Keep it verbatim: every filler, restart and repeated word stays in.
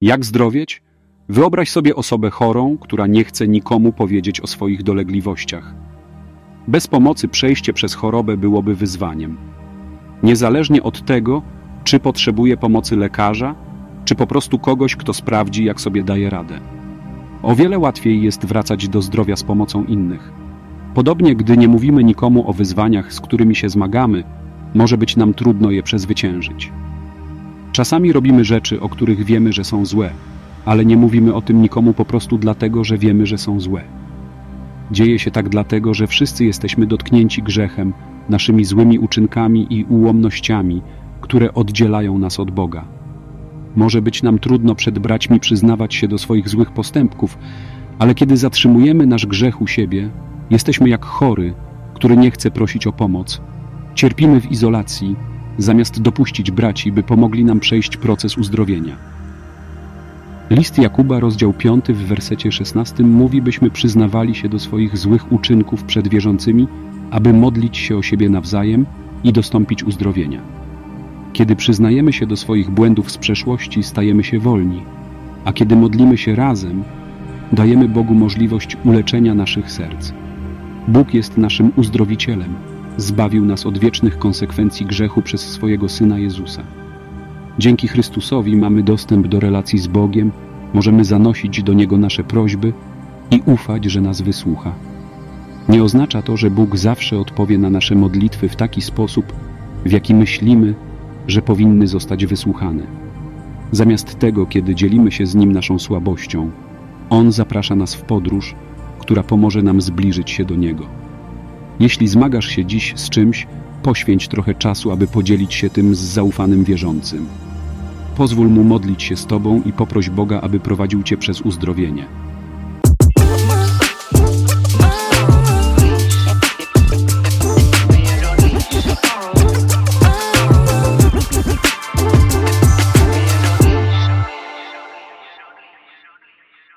Jak zdrowieć? Wyobraź sobie osobę chorą, która nie chce nikomu powiedzieć o swoich dolegliwościach. Bez pomocy przejście przez chorobę byłoby wyzwaniem. Niezależnie od tego, czy potrzebuje pomocy lekarza, czy po prostu kogoś, kto sprawdzi, jak sobie daje radę. O wiele łatwiej jest wracać do zdrowia z pomocą innych. Podobnie, gdy nie mówimy nikomu o wyzwaniach, z którymi się zmagamy, może być nam trudno je przezwyciężyć. Czasami robimy rzeczy, o których wiemy, że są złe, ale nie mówimy o tym nikomu po prostu dlatego, że wiemy, że są złe. Dzieje się tak dlatego, że wszyscy jesteśmy dotknięci grzechem, naszymi złymi uczynkami i ułomnościami, które oddzielają nas od Boga. Może być nam trudno przed braćmi przyznawać się do swoich złych postępków, ale kiedy zatrzymujemy nasz grzech u siebie, jesteśmy jak chory, który nie chce prosić o pomoc. Cierpimy w izolacji, zamiast dopuścić braci, by pomogli nam przejść proces uzdrowienia. List Jakuba, rozdział piąty, w wersecie szesnastym mówi, byśmy przyznawali się do swoich złych uczynków przed wierzącymi, aby modlić się o siebie nawzajem i dostąpić uzdrowienia. Kiedy przyznajemy się do swoich błędów z przeszłości, stajemy się wolni, a kiedy modlimy się razem, dajemy Bogu możliwość uleczenia naszych serc. Bóg jest naszym uzdrowicielem. Zbawił nas od wiecznych konsekwencji grzechu przez swojego Syna Jezusa. Dzięki Chrystusowi mamy dostęp do relacji z Bogiem, możemy zanosić do Niego nasze prośby i ufać, że nas wysłucha. Nie oznacza to, że Bóg zawsze odpowie na nasze modlitwy w taki sposób, w jaki myślimy, że powinny zostać wysłuchane. Zamiast tego, kiedy dzielimy się z Nim naszą słabością, On zaprasza nas w podróż, która pomoże nam zbliżyć się do Niego. Jeśli zmagasz się dziś z czymś, poświęć trochę czasu, aby podzielić się tym z zaufanym wierzącym. Pozwól Mu modlić się z Tobą i poproś Boga, aby prowadził Cię przez uzdrowienie.